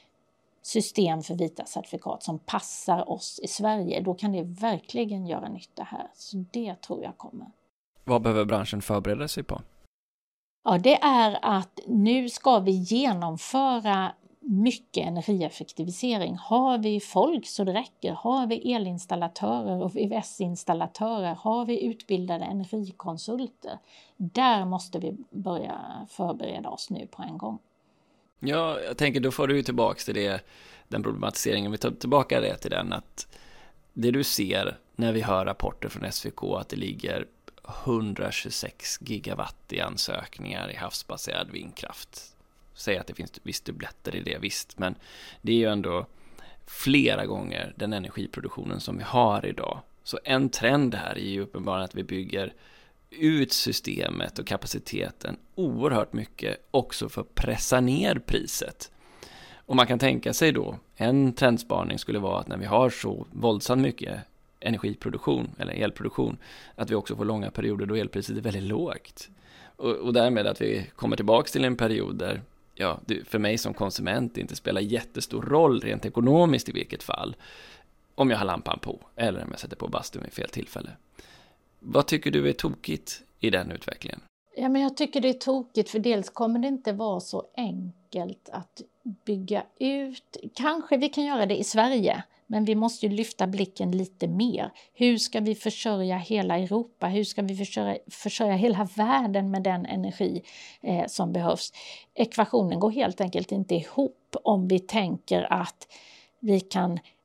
system för vita certifikat som passar oss i Sverige. Då kan det verkligen göra nytta här. Så det tror jag kommer. Vad behöver branschen förbereda sig på? Ja, det är att nu ska vi genomföra mycket energieffektivisering. Har vi folk så det räcker? Har vi elinstallatörer och V V S-installatörer? Har vi utbildade energikonsulter? Där måste vi börja förbereda oss nu på en gång. Ja, jag tänker då får du ju tillbaka till det, den problematiseringen. Vi tar tillbaka det till den att det du ser när vi hör rapporter från S V K att det ligger hundratjugosex gigawatt i ansökningar i havsbaserad vindkraft. Säg att det finns visst dubbletter i det, visst, men det är ju ändå flera gånger den energiproduktionen som vi har idag. Så en trend här är ju uppenbarligen att vi bygger ut systemet och kapaciteten oerhört mycket också för att pressa ner priset. Och man kan tänka sig då, en trendspaning skulle vara att när vi har så våldsamt mycket energiproduktion eller elproduktion, att vi också får långa perioder då elpriset är väldigt lågt. Och, och därmed att vi kommer tillbaka till en period där ja, det för mig som konsument inte spelar jättestor roll rent ekonomiskt i vilket fall om jag har lampan på eller om jag sätter på bastun vid fel tillfälle. Vad tycker du är tokigt i den utvecklingen? Ja, men jag tycker det är tokigt, för dels kommer det inte vara så enkelt att bygga ut. Kanske vi kan göra det i Sverige, men vi måste ju lyfta blicken lite mer. Hur ska vi försörja hela Europa? Hur ska vi försörja, försörja hela världen med den energi eh, som behövs? Ekvationen går helt enkelt inte ihop om vi tänker att vi kan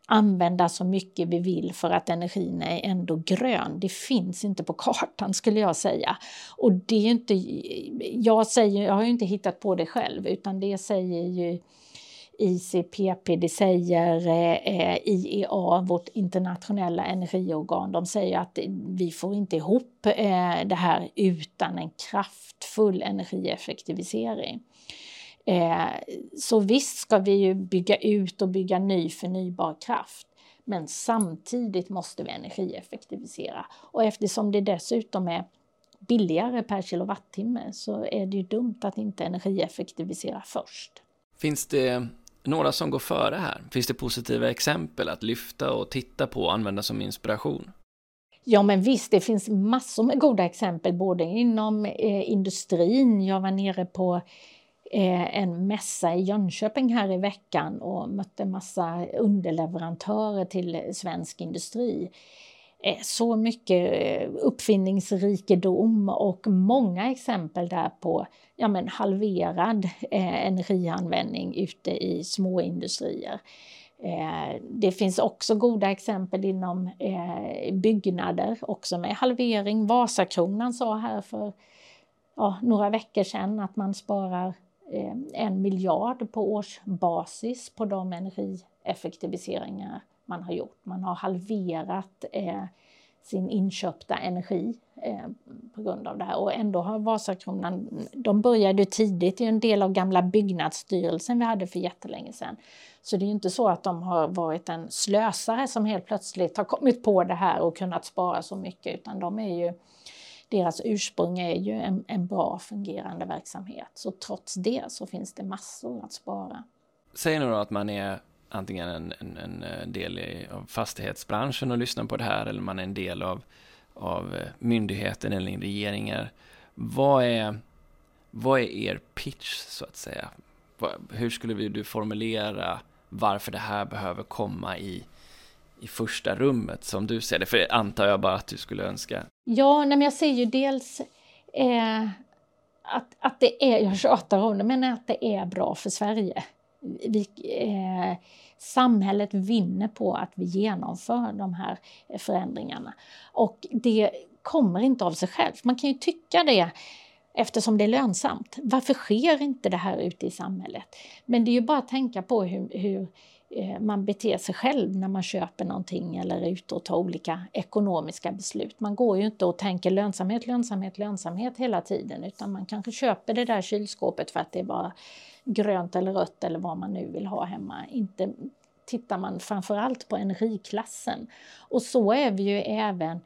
använda så mycket vi vill för att energin är ändå grön. Det finns inte på kartan skulle jag säga. Och det är inte, jag, säger, jag har ju inte hittat på det själv, utan det säger ju I C P P, det säger eh, I E A, vårt internationella energiorgan. De säger att vi får inte ihop eh, det här utan en kraftfull energieffektivisering. Eh, så visst ska vi ju bygga ut och bygga ny förnybar kraft. Men samtidigt måste vi energieffektivisera. Och eftersom det dessutom är billigare per kilowattimme så är det ju dumt att inte energieffektivisera först. Finns det några som går före här? Finns det positiva exempel att lyfta och titta på och använda som inspiration? Ja, men visst, det finns massor med goda exempel både inom eh, industrin. Jag var nere på eh, en mässa i Jönköping här i veckan och mötte massa underleverantörer till svensk industri. Eh, så mycket eh, uppfinningsrikedom och många exempel där på ja, men halverad eh, energianvändning ute i små industrier. Eh, det finns också goda exempel inom eh, byggnader, också med halvering. Vasakronan sa här för ja, några veckor sedan att man sparar eh, en miljard på årsbasis på de energieffektiviseringar man har gjort. Man har halverat eh, sin inköpta energi eh, på grund av det här. Och ändå har Vasakronan, de började tidigt i en del av gamla byggnadsstyrelsen vi hade för jättelänge sedan. Så det är ju inte så att de har varit en slösare som helt plötsligt har kommit på det här och kunnat spara så mycket, utan de är ju, deras ursprung är ju en, en bra fungerande verksamhet. Så trots det så finns det massor att spara. Säg nu då att man är antingen en, en, en del i, av fastighetsbranschen och lyssnar på det här, eller man är en del av, av myndigheten eller regeringar. Vad är, vad är er pitch så att säga? Hur skulle du formulera varför det här behöver komma i, i första rummet som du ser det? För det antar jag bara att du skulle önska. Ja, nej, men jag ser ju dels eh, att, att det är, jag tjatar om det, men att det är bra för Sverige. Vi, eh, samhället vinner på att vi genomför de här förändringarna. Och det kommer inte av sig själv. Man kan ju tycka det eftersom det är lönsamt. Varför sker inte det här ute i samhället? Men det är ju bara att tänka på hur, hur man beter sig själv när man köper någonting eller är ute och tar olika ekonomiska beslut. Man går ju inte och tänker lönsamhet, lönsamhet, lönsamhet hela tiden, utan man kanske köper det där kylskåpet för att det är bara grönt eller rött eller vad man nu vill ha hemma. Inte tittar man framförallt på energiklassen. Och så är vi ju även,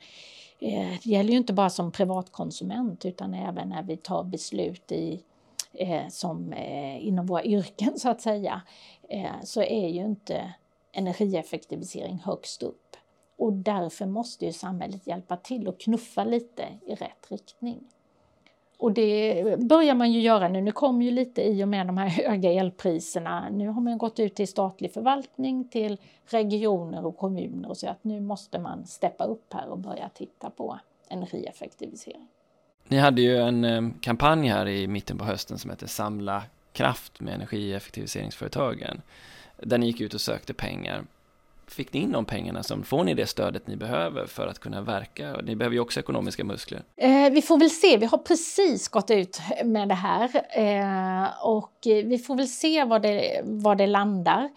det gäller ju inte bara som privatkonsument utan även när vi tar beslut i, som inom våra yrken så att säga, så är ju inte energieffektivisering högst upp. Och därför måste ju samhället hjälpa till och knuffa lite i rätt riktning. Och det börjar man ju göra nu. Nu kommer ju lite i och med de här höga elpriserna. Nu har man gått ut till statlig förvaltning, till regioner och kommuner och så att nu måste man steppa upp här och börja titta på energieffektivisering. Ni hade ju en kampanj här i mitten på hösten som heter Samla kraft med energieffektiviseringsföretagen. Där ni gick ut och sökte pengar. Fick ni in de pengarna? Som får ni det stödet ni behöver för att kunna verka? Ni behöver ju också ekonomiska muskler. Eh, vi får väl se. Vi har precis gått ut med det här. Eh, och vi får väl se var det, var det landar.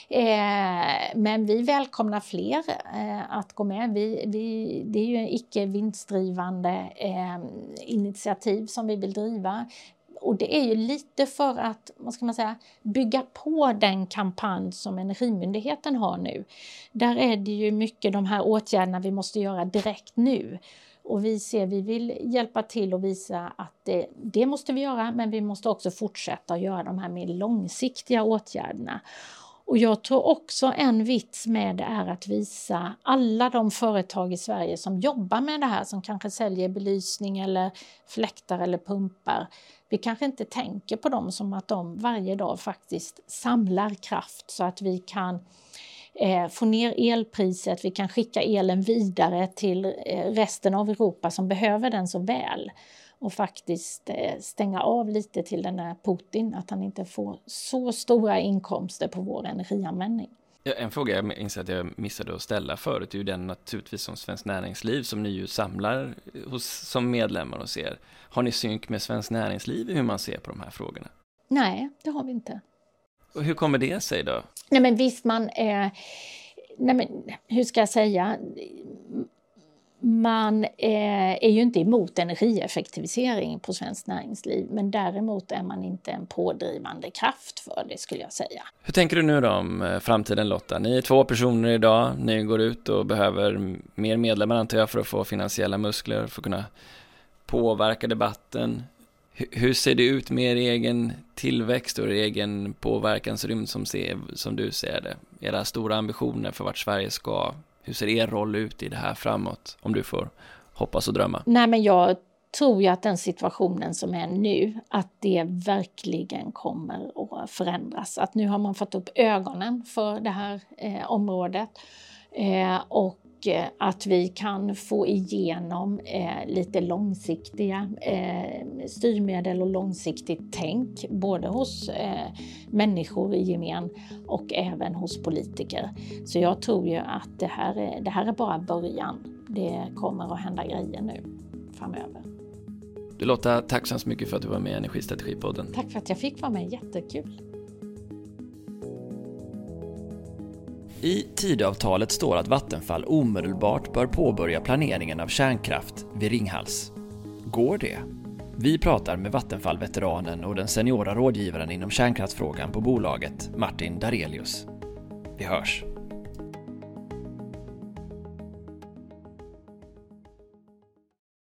Eh, men vi välkomnar fler eh, att gå med. Vi, vi, det är ju icke vinstdrivande eh, initiativ som vi vill driva. Och det är ju lite för att, vad ska man säga, bygga på den kampanj som Energimyndigheten har nu. Där är det ju mycket de här åtgärderna vi måste göra direkt nu. Och vi ser, vi vill hjälpa till och visa att det, det måste vi göra, men vi måste också fortsätta att göra de här mer långsiktiga åtgärderna. Och jag tror också en vits med det är att visa alla de företag i Sverige som jobbar med det här, som kanske säljer belysning eller fläktar eller pumpar. Vi kanske inte tänker på dem som att de varje dag faktiskt samlar kraft så att vi kan eh, få ner elpriset, vi kan skicka elen vidare till eh, resten av Europa som behöver den så väl. Och faktiskt eh, stänga av lite till den där Putin, att han inte får så stora inkomster på vår energianvändning. En fråga jag inser att jag missade att ställa förut är ju den naturligtvis som Svenskt Näringsliv som ni ju samlar hos, som medlemmar och ser. Har ni synk med Svenskt Näringsliv i hur man ser på de här frågorna? Nej, det har vi inte. Och hur kommer det sig då? Nej men visst man är, nej men hur ska jag säga, man är, är ju inte emot energieffektivisering på Svenskt Näringsliv, men däremot är man inte en pådrivande kraft för det, skulle jag säga. Hur tänker du nu då om framtiden, Lotta? Ni är två personer idag, ni går ut och behöver mer medlemmar antar jag för att få finansiella muskler, för att kunna påverka debatten. Hur ser det ut med er egen tillväxt och er egen påverkansrymd som, ser, som du ser det? Era stora ambitioner för vart Sverige ska. Hur ser er roll ut i det här framåt, om du får hoppas och drömma? Nej, men jag tror ju att den situationen som är nu, att det verkligen kommer att förändras. Att nu har man fått upp ögonen för det här eh, området eh, och att vi kan få igenom eh, lite långsiktiga eh, styrmedel och långsiktigt tänk både hos eh, människor i gemen och även hos politiker. Så jag tror ju att det här är, det här är bara början. Det kommer att hända grejer nu framöver. Du Lotta, tack så hemskt mycket för att du var med i Energistrategipodden. Tack för att jag fick vara med, jättekul. I Tidöavtalet står att Vattenfall omedelbart bör påbörja planeringen av kärnkraft vid Ringhals. Går det? Vi pratar med Vattenfall-veteranen och den seniora rådgivaren inom kärnkraftsfrågan på bolaget, Martin Darelius. Vi hörs.